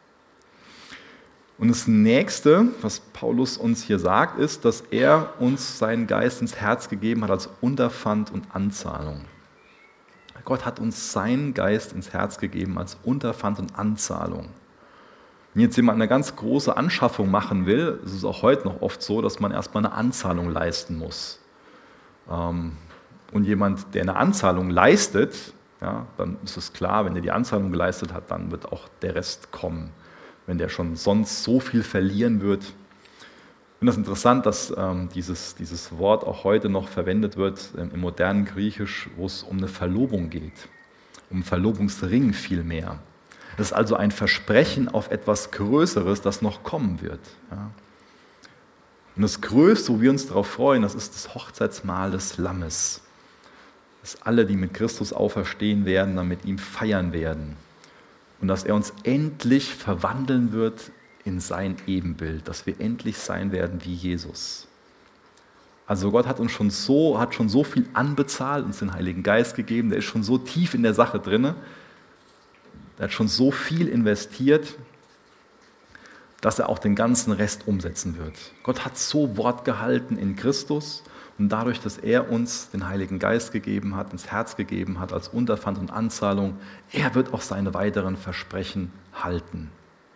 Und das Nächste, was Paulus uns hier sagt, ist, dass er uns seinen Geist ins Herz gegeben hat als Unterpfand und Anzahlung. Gott hat uns seinen Geist ins Herz gegeben als Unterpfand und Anzahlung. Wenn jetzt jemand eine ganz große Anschaffung machen will, ist es auch heute noch oft so, dass man erstmal eine Anzahlung leisten muss. Und jemand, der eine Anzahlung leistet, ja, dann ist es klar, wenn er die Anzahlung geleistet hat, dann wird auch der Rest kommen. Wenn der schon sonst so viel verlieren wird. Ich finde das interessant, dass ähm, dieses, dieses Wort auch heute noch verwendet wird ähm, im modernen Griechisch, wo es um eine Verlobung geht, um einen Verlobungsring vielmehr. Das ist also ein Versprechen auf etwas Größeres, das noch kommen wird. Ja. Und das Größte, wo wir uns darauf freuen, das ist das Hochzeitsmahl des Lammes. Dass alle, die mit Christus auferstehen werden, dann mit ihm feiern werden. Und dass er uns endlich verwandeln wird in sein Ebenbild, dass wir endlich sein werden wie Jesus. Also Gott hat uns schon so, hat schon so viel anbezahlt, uns den Heiligen Geist gegeben, der ist schon so tief in der Sache drin, der hat schon so viel investiert, dass er auch den ganzen Rest umsetzen wird. Gott hat so Wort gehalten in Christus und dadurch, dass er uns den Heiligen Geist gegeben hat, ins Herz gegeben hat als Unterpfand und Anzahlung, er wird auch seine weiteren Versprechen halten.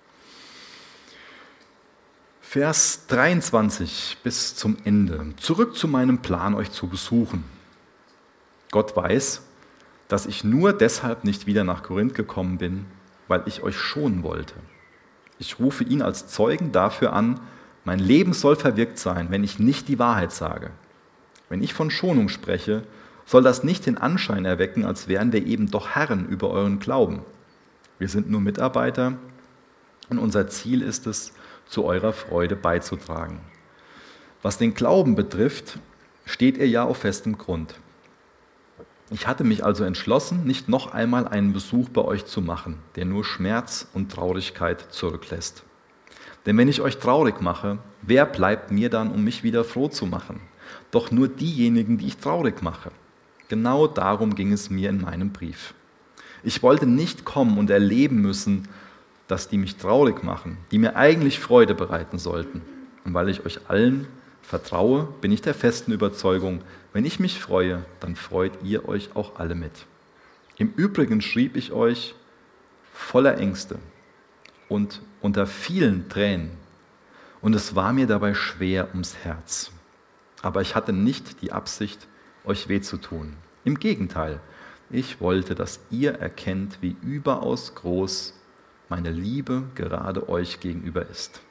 Vers dreiundzwanzig bis zum Ende. Zurück zu meinem Plan, euch zu besuchen. Gott weiß, dass ich nur deshalb nicht wieder nach Korinth gekommen bin, weil ich euch schonen wollte. Ich rufe ihn als Zeugen dafür an, mein Leben soll verwirkt sein, wenn ich nicht die Wahrheit sage. Wenn ich von Schonung spreche, soll das nicht den Anschein erwecken, als wären wir eben doch Herren über euren Glauben. Wir sind nur Mitarbeiter und unser Ziel ist es, zu eurer Freude beizutragen. Was den Glauben betrifft, steht ihr ja auf festem Grund. Ich hatte mich also entschlossen, nicht noch einmal einen Besuch bei euch zu machen, der nur Schmerz und Traurigkeit zurücklässt. Denn wenn ich euch traurig mache, wer bleibt mir dann, um mich wieder froh zu machen? Doch nur diejenigen, die ich traurig mache. Genau darum ging es mir in meinem Brief. Ich wollte nicht kommen und erleben müssen, dass die mich traurig machen, die mir eigentlich Freude bereiten sollten. Und weil ich euch allen vertraue, bin ich der festen Überzeugung, wenn ich mich freue, dann freut ihr euch auch alle mit. Im Übrigen schrieb ich euch voller Ängste und unter vielen Tränen. Und es war mir dabei schwer ums Herz. Aber ich hatte nicht die Absicht, euch weh zu tun. Im Gegenteil, ich wollte, dass ihr erkennt, wie überaus groß meine Liebe gerade euch gegenüber ist.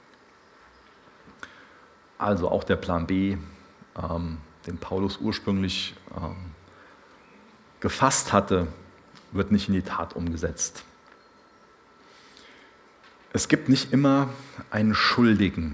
Also auch der Plan B, ähm, den Paulus ursprünglich ähm, gefasst hatte, wird nicht in die Tat umgesetzt. Es gibt nicht immer einen Schuldigen.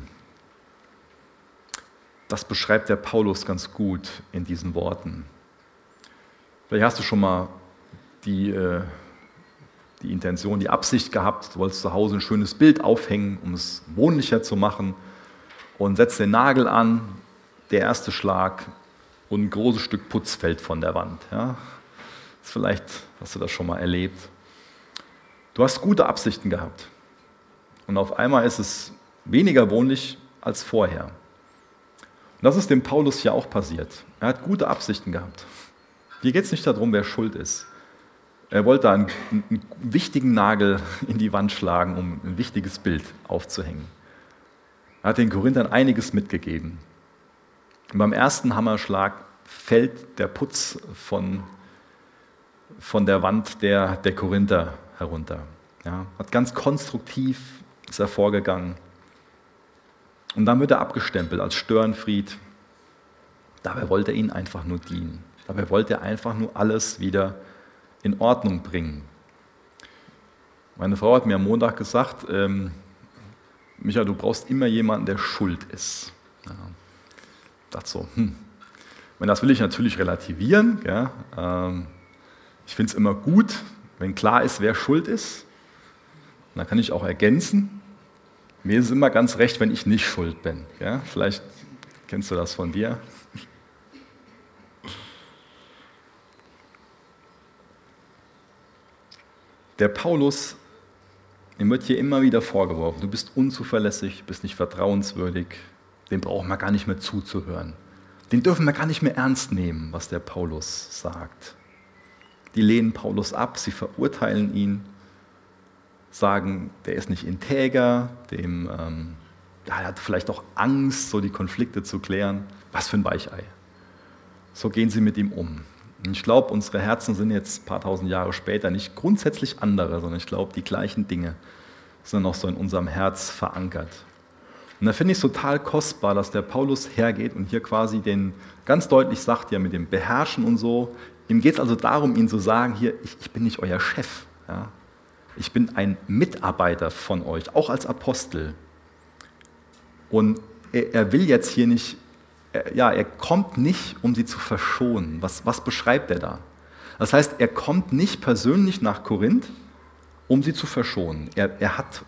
Das beschreibt der Paulus ganz gut in diesen Worten. Vielleicht hast du schon mal die, äh, die Intention, die Absicht gehabt, du wolltest zu Hause ein schönes Bild aufhängen, um es wohnlicher zu machen und setzt den Nagel an, der erste Schlag und ein großes Stück Putz fällt von der Wand. Ja? Vielleicht hast du das schon mal erlebt. Du hast gute Absichten gehabt und auf einmal ist es weniger wohnlich als vorher. Und das ist dem Paulus ja auch passiert. Er hat gute Absichten gehabt. Hier geht es nicht darum, wer schuld ist. Er wollte einen, einen wichtigen Nagel in die Wand schlagen, um ein wichtiges Bild aufzuhängen. Er hat den Korinthern einiges mitgegeben. Und beim ersten Hammerschlag fällt der Putz von, von der Wand der, der Korinther herunter. Ja, hat ganz konstruktiv ist er vorgegangen. Und dann wird er abgestempelt als Störenfried. Dabei wollte er ihnen einfach nur dienen. Dabei wollte er einfach nur alles wieder in Ordnung bringen. Meine Frau hat mir am Montag gesagt, ähm, Micha, du brauchst immer jemanden, der schuld ist. Ja, ich dachte so, hm. Und das will ich natürlich relativieren. Ja. Ähm, ich finde es immer gut, wenn klar ist, wer schuld ist. Und dann kann ich auch ergänzen, mir ist es immer ganz recht, wenn ich nicht schuld bin. Ja. Vielleicht kennst du das von dir. Der Paulus, ihm wird hier immer wieder vorgeworfen, du bist unzuverlässig, bist nicht vertrauenswürdig, dem brauchen wir gar nicht mehr zuzuhören. Den dürfen wir gar nicht mehr ernst nehmen, was der Paulus sagt. Die lehnen Paulus ab, sie verurteilen ihn, sagen, der ist nicht integer, dem, ähm, ja, er hat vielleicht auch Angst, so die Konflikte zu klären. Was für ein Weichei. So gehen sie mit ihm um. Und ich glaube, unsere Herzen sind jetzt ein paar tausend Jahre später nicht grundsätzlich andere, sondern ich glaube, die gleichen Dinge sind noch so in unserem Herz verankert. Und da finde ich es total kostbar, dass der Paulus hergeht und hier quasi den ganz deutlich sagt, ja, mit dem Beherrschen und so. Ihm geht es also darum, ihnen zu sagen, hier, ich, ich bin nicht euer Chef. Ja. Ich bin ein Mitarbeiter von euch, auch als Apostel. Und er, er will jetzt hier nicht, er, ja, er kommt nicht, um sie zu verschonen. Was, was beschreibt er da? Das heißt, er kommt nicht persönlich nach Korinth, um sie zu verschonen. Er, er hat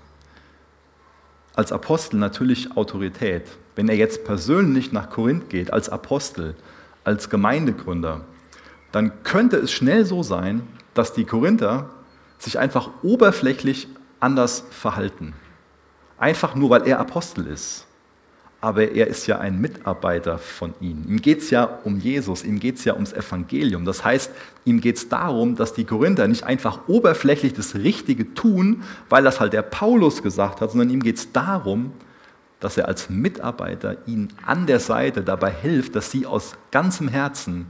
als Apostel natürlich Autorität. Wenn er jetzt persönlich nach Korinth geht, als Apostel, als Gemeindegründer, dann könnte es schnell so sein, dass die Korinther sich einfach oberflächlich anders verhalten. Einfach nur, weil er Apostel ist. Aber er ist ja ein Mitarbeiter von ihnen. Ihm geht es ja um Jesus, ihm geht es ja ums Evangelium. Das heißt, ihm geht es darum, dass die Korinther nicht einfach oberflächlich das Richtige tun, weil das halt der Paulus gesagt hat, sondern ihm geht es darum, dass er als Mitarbeiter ihnen an der Seite dabei hilft, dass sie aus ganzem Herzen,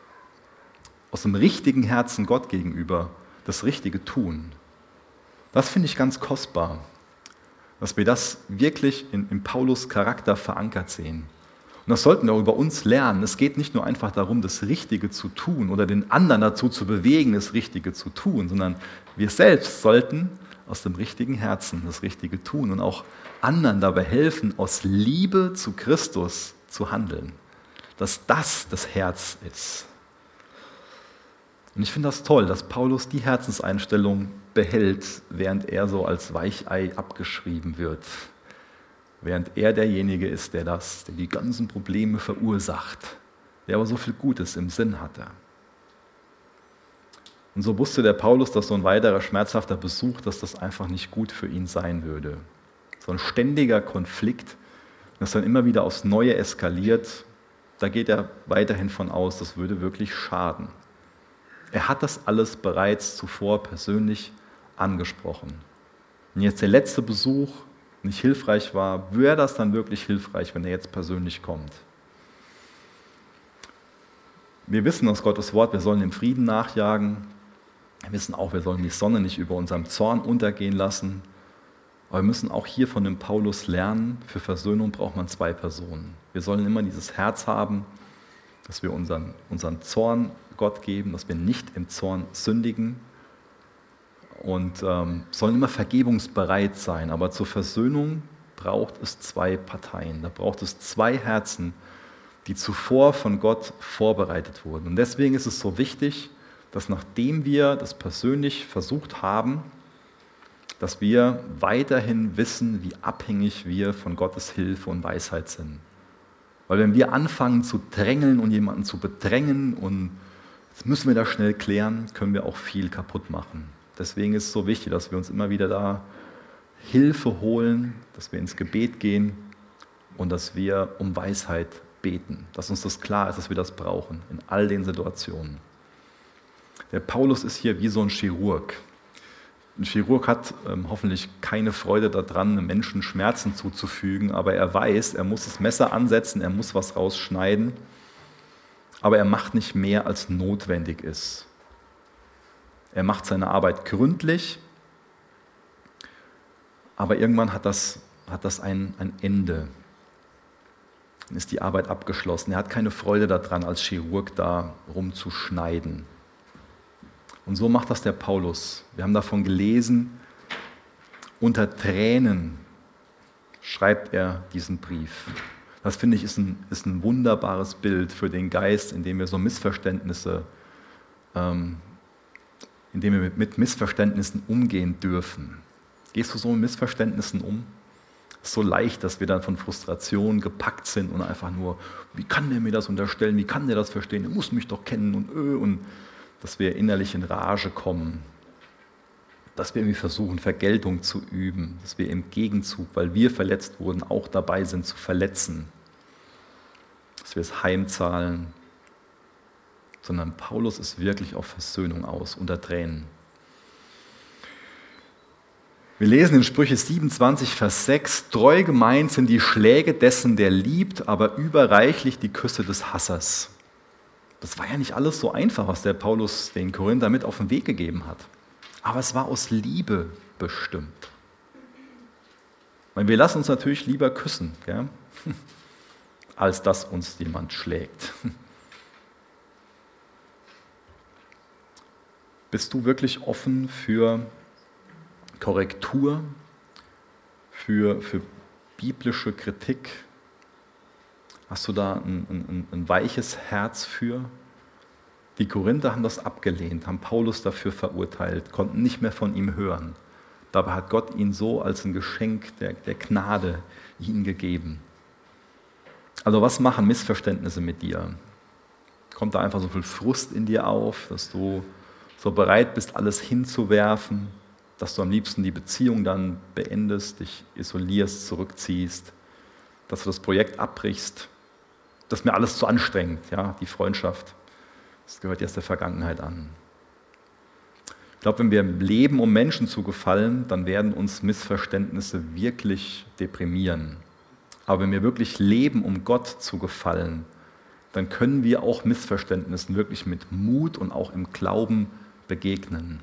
aus dem richtigen Herzen Gott gegenüber das Richtige tun. Das finde ich ganz kostbar, dass wir das wirklich in, in Paulus Charakter verankert sehen. Und das sollten wir auch über uns lernen. Es geht nicht nur einfach darum, das Richtige zu tun oder den anderen dazu zu bewegen, das Richtige zu tun, sondern wir selbst sollten aus dem richtigen Herzen das Richtige tun und auch anderen dabei helfen, aus Liebe zu Christus zu handeln. Dass das das Herz ist. Und ich finde das toll, dass Paulus die Herzenseinstellung behält, während er so als Weichei abgeschrieben wird. Während er derjenige ist, der das, der die ganzen Probleme verursacht, der aber so viel Gutes im Sinn hatte. Und so wusste der Paulus, dass so ein weiterer schmerzhafter Besuch, dass das einfach nicht gut für ihn sein würde. So ein ständiger Konflikt, das dann immer wieder aufs Neue eskaliert, da geht er weiterhin von aus, das würde wirklich schaden. Er hat das alles bereits zuvor persönlich angesprochen. Und jetzt der letzte Besuch nicht hilfreich war, wäre das dann wirklich hilfreich, wenn er jetzt persönlich kommt? Wir wissen aus Gottes Wort, wir sollen dem Frieden nachjagen. Wir wissen auch, wir sollen die Sonne nicht über unserem Zorn untergehen lassen. Aber wir müssen auch hier von dem Paulus lernen, für Versöhnung braucht man zwei Personen. Wir sollen immer dieses Herz haben, dass wir unseren, unseren Zorn Gott geben, dass wir nicht im Zorn sündigen und ähm, sollen immer vergebungsbereit sein. Aber zur Versöhnung braucht es zwei Parteien. Da braucht es zwei Herzen, die zuvor von Gott vorbereitet wurden. Und deswegen ist es so wichtig, dass nachdem wir das persönlich versucht haben, dass wir weiterhin wissen, wie abhängig wir von Gottes Hilfe und Weisheit sind. Weil wenn wir anfangen zu drängeln und jemanden zu bedrängen und jetzt müssen wir das schnell klären, können wir auch viel kaputt machen. Deswegen ist es so wichtig, dass wir uns immer wieder da Hilfe holen, dass wir ins Gebet gehen und dass wir um Weisheit beten. Dass uns das klar ist, dass wir das brauchen in all den Situationen. Der Paulus ist hier wie so ein Chirurg. Ein Chirurg hat ähm, hoffentlich keine Freude daran, einem Menschen Schmerzen zuzufügen, aber er weiß, er muss das Messer ansetzen, er muss was rausschneiden, aber er macht nicht mehr, als notwendig ist. Er macht seine Arbeit gründlich, aber irgendwann hat das, hat das ein, ein Ende. Dann ist die Arbeit abgeschlossen. Er hat keine Freude daran, als Chirurg da rumzuschneiden. Und so macht das der Paulus. Wir haben davon gelesen, unter Tränen schreibt er diesen Brief. Das finde ich ist ein, ist ein wunderbares Bild für den Geist, in dem wir so Missverständnisse, ähm, in dem wir mit, mit Missverständnissen umgehen dürfen. Gehst du so mit Missverständnissen um? Es ist so leicht, dass wir dann von Frustration gepackt sind und einfach nur, wie kann der mir das unterstellen, wie kann der das verstehen, der muss mich doch kennen und öh, und dass wir innerlich in Rage kommen, dass wir irgendwie versuchen, Vergeltung zu üben, dass wir im Gegenzug, weil wir verletzt wurden, auch dabei sind zu verletzen, dass wir es heimzahlen, sondern Paulus ist wirklich auf Versöhnung aus, unter Tränen. Wir lesen in Sprüche siebenundzwanzig, Vers sechs, treu gemeint sind die Schläge dessen, der liebt, aber überreichlich die Küsse des Hassers. Das war ja nicht alles so einfach, was der Paulus den Korinther mit auf den Weg gegeben hat. Aber es war aus Liebe bestimmt. Weil wir lassen uns natürlich lieber küssen, gell? Als dass uns jemand schlägt. Bist du wirklich offen für Korrektur, für, für biblische Kritik? Hast du da ein, ein, ein weiches Herz für? Die Korinther haben das abgelehnt, haben Paulus dafür verurteilt, konnten nicht mehr von ihm hören. Dabei hat Gott ihn so als ein Geschenk der, der Gnade ihnen gegeben. Also was machen Missverständnisse mit dir? Kommt da einfach so viel Frust in dir auf, dass du so bereit bist, alles hinzuwerfen, dass du am liebsten die Beziehung dann beendest, dich isolierst, zurückziehst, dass du das Projekt abbrichst? Das ist mir alles zu anstrengend, ja, die Freundschaft. Das gehört jetzt der Vergangenheit an. Ich glaube, wenn wir leben, um Menschen zu gefallen, dann werden uns Missverständnisse wirklich deprimieren. Aber wenn wir wirklich leben, um Gott zu gefallen, dann können wir auch Missverständnissen wirklich mit Mut und auch im Glauben begegnen.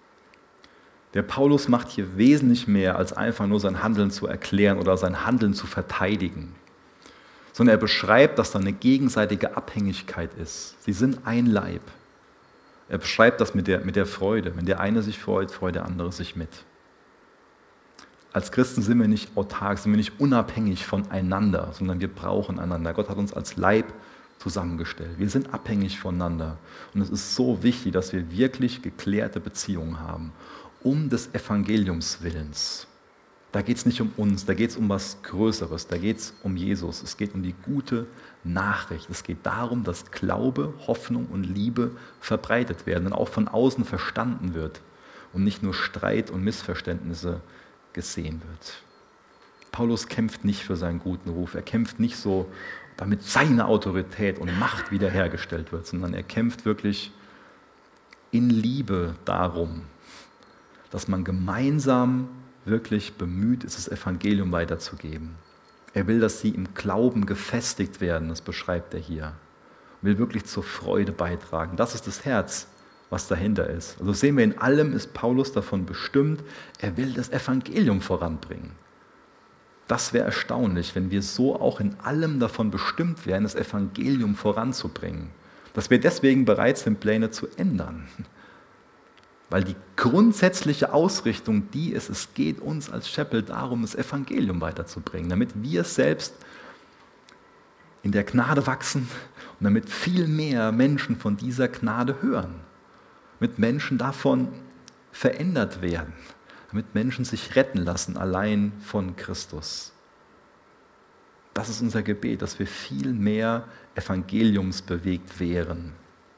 Der Paulus macht hier wesentlich mehr, als einfach nur sein Handeln zu erklären oder sein Handeln zu verteidigen. Sondern er beschreibt, dass da eine gegenseitige Abhängigkeit ist. Sie sind ein Leib. Er beschreibt das mit der, mit der Freude. Wenn der eine sich freut, freut der andere sich mit. Als Christen sind wir nicht autark, sind wir nicht unabhängig voneinander, sondern wir brauchen einander. Gott hat uns als Leib zusammengestellt. Wir sind abhängig voneinander. Und es ist so wichtig, dass wir wirklich geklärte Beziehungen haben. Um des Evangeliums Willens. Da geht es nicht um uns, da geht es um was Größeres, da geht es um Jesus. Es geht um die gute Nachricht. Es geht darum, dass Glaube, Hoffnung und Liebe verbreitet werden und auch von außen verstanden wird und nicht nur Streit und Missverständnisse gesehen wird. Paulus kämpft nicht für seinen guten Ruf, er kämpft nicht so, damit seine Autorität und Macht wiederhergestellt wird, sondern er kämpft wirklich in Liebe darum, dass man gemeinsam wirklich bemüht ist, das Evangelium weiterzugeben. Er will, dass sie im Glauben gefestigt werden, das beschreibt er hier. Er will wirklich zur Freude beitragen. Das ist das Herz, was dahinter ist. Also sehen wir, in allem ist Paulus davon bestimmt, er will das Evangelium voranbringen. Das wäre erstaunlich, wenn wir so auch in allem davon bestimmt wären, das Evangelium voranzubringen. Dass wir deswegen bereit sind, Pläne zu ändern. Weil die grundsätzliche Ausrichtung die ist, es geht uns als Chapel darum, das Evangelium weiterzubringen, damit wir selbst in der Gnade wachsen und damit viel mehr Menschen von dieser Gnade hören. Damit Menschen davon verändert werden, damit Menschen sich retten lassen, allein von Christus. Das ist unser Gebet, dass wir viel mehr evangeliumsbewegt wären.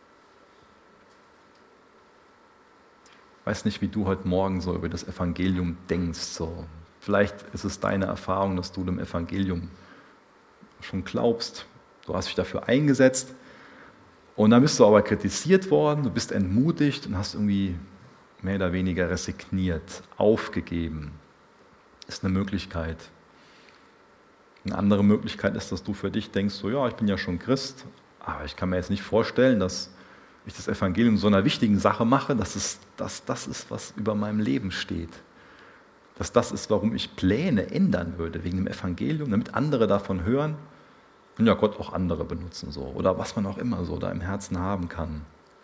Ich weiß nicht, wie du heute Morgen so über das Evangelium denkst. So. Vielleicht ist es deine Erfahrung, dass du dem Evangelium schon glaubst. Du hast dich dafür eingesetzt und dann bist du aber kritisiert worden, du bist entmutigt und hast irgendwie mehr oder weniger resigniert, aufgegeben, ist eine Möglichkeit. Eine andere Möglichkeit ist, dass du für dich denkst, so ja, ich bin ja schon Christ, aber ich kann mir jetzt nicht vorstellen, dass ich das Evangelium so einer wichtigen Sache mache, dass es dass das ist, was über meinem Leben steht. Dass das ist, warum ich Pläne ändern würde, wegen dem Evangelium, damit andere davon hören und ja Gott auch andere benutzen so oder was man auch immer so da im Herzen haben kann.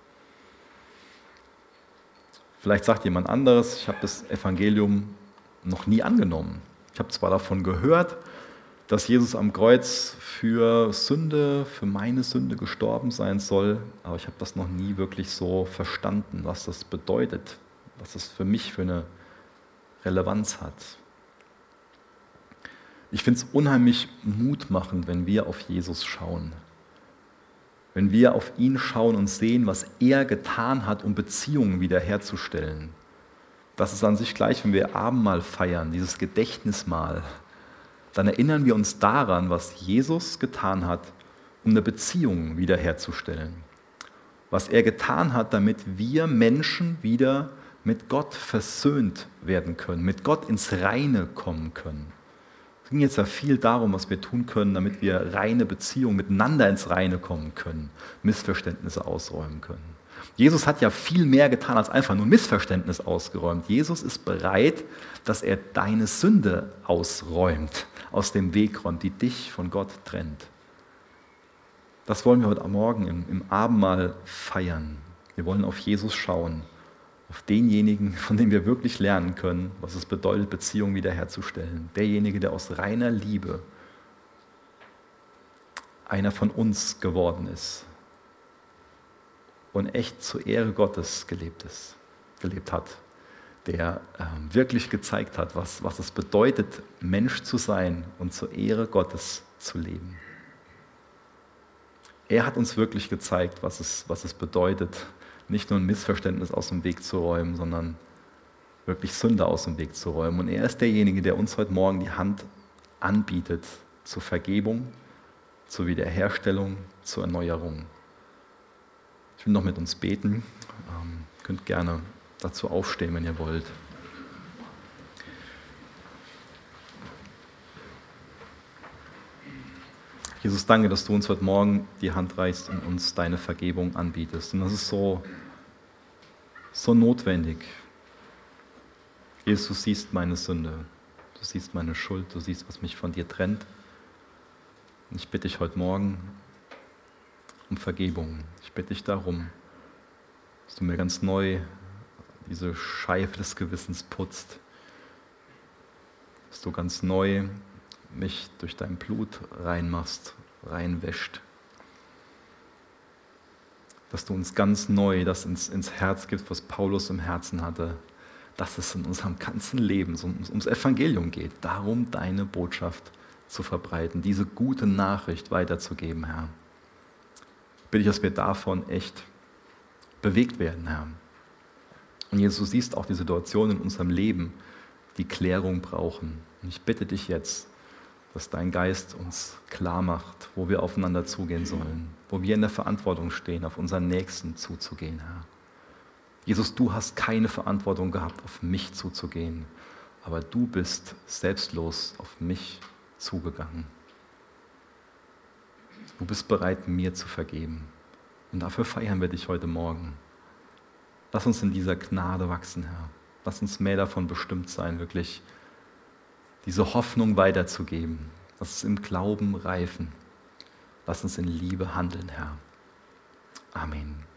Vielleicht sagt jemand anderes, ich habe das Evangelium noch nie angenommen. Ich habe zwar davon gehört, dass Jesus am Kreuz für Sünde, für meine Sünde gestorben sein soll, aber ich habe das noch nie wirklich so verstanden, was das bedeutet, was das für mich für eine Relevanz hat. Ich finde es unheimlich mutmachend, wenn wir auf Jesus schauen. Wenn wir auf ihn schauen und sehen, was er getan hat, um Beziehungen wiederherzustellen. Das ist an sich gleich, wenn wir Abendmahl feiern, dieses Gedächtnismahl. Dann erinnern wir uns daran, was Jesus getan hat, um eine Beziehung wiederherzustellen. Was er getan hat, damit wir Menschen wieder mit Gott versöhnt werden können, mit Gott ins Reine kommen können. Es ging jetzt ja viel darum, was wir tun können, damit wir reine Beziehungen miteinander ins Reine kommen können, Missverständnisse ausräumen können. Jesus hat ja viel mehr getan, als einfach nur ein Missverständnis ausgeräumt. Jesus ist bereit, dass er deine Sünde ausräumt, aus dem Weg räumt, die dich von Gott trennt. Das wollen wir heute Morgen im, im Abendmahl feiern. Wir wollen auf Jesus schauen, auf denjenigen, von dem wir wirklich lernen können, was es bedeutet, Beziehungen wiederherzustellen. Derjenige, der aus reiner Liebe einer von uns geworden ist und echt zur Ehre Gottes gelebt ist, gelebt hat, der äh, wirklich gezeigt hat, was, was es bedeutet, Mensch zu sein und zur Ehre Gottes zu leben. Er hat uns wirklich gezeigt, was es, was es bedeutet, nicht nur ein Missverständnis aus dem Weg zu räumen, sondern wirklich Sünde aus dem Weg zu räumen. Und er ist derjenige, der uns heute Morgen die Hand anbietet zur Vergebung, zur Wiederherstellung, zur Erneuerung. Ich will noch mit uns beten. Ähm, könnt gerne dazu aufstehen, wenn ihr wollt. Jesus, danke, dass du uns heute Morgen die Hand reichst und uns deine Vergebung anbietest. Und das ist so, so notwendig. Jesus, du siehst meine Sünde, du siehst meine Schuld, du siehst, was mich von dir trennt. Und ich bitte dich heute Morgen um Vergebung. Ich bitte dich darum, dass du mir ganz neu diese Scheibe des Gewissens putzt. Dass du ganz neu mich durch dein Blut reinmachst, reinwäscht. Dass du uns ganz neu das ins, ins Herz gibst, was Paulus im Herzen hatte, dass es in unserem ganzen Leben ums, ums Evangelium geht, darum deine Botschaft zu verbreiten, diese gute Nachricht weiterzugeben, Herr. Ich bitte dich, dass wir davon echt bewegt werden, Herr. Und Jesus, du siehst auch die Situation in unserem Leben, die Klärung brauchen. Und ich bitte dich jetzt, dass dein Geist uns klar macht, wo wir aufeinander zugehen sollen, wo wir in der Verantwortung stehen, auf unseren Nächsten zuzugehen, Herr. Jesus, du hast keine Verantwortung gehabt, auf mich zuzugehen, aber du bist selbstlos auf mich zugegangen. Du bist bereit, mir zu vergeben. Und dafür feiern wir dich heute Morgen. Lass uns in dieser Gnade wachsen, Herr. Lass uns mehr davon bestimmt sein, wirklich diese Hoffnung weiterzugeben. Lass uns im Glauben reifen. Lass uns in Liebe handeln, Herr. Amen.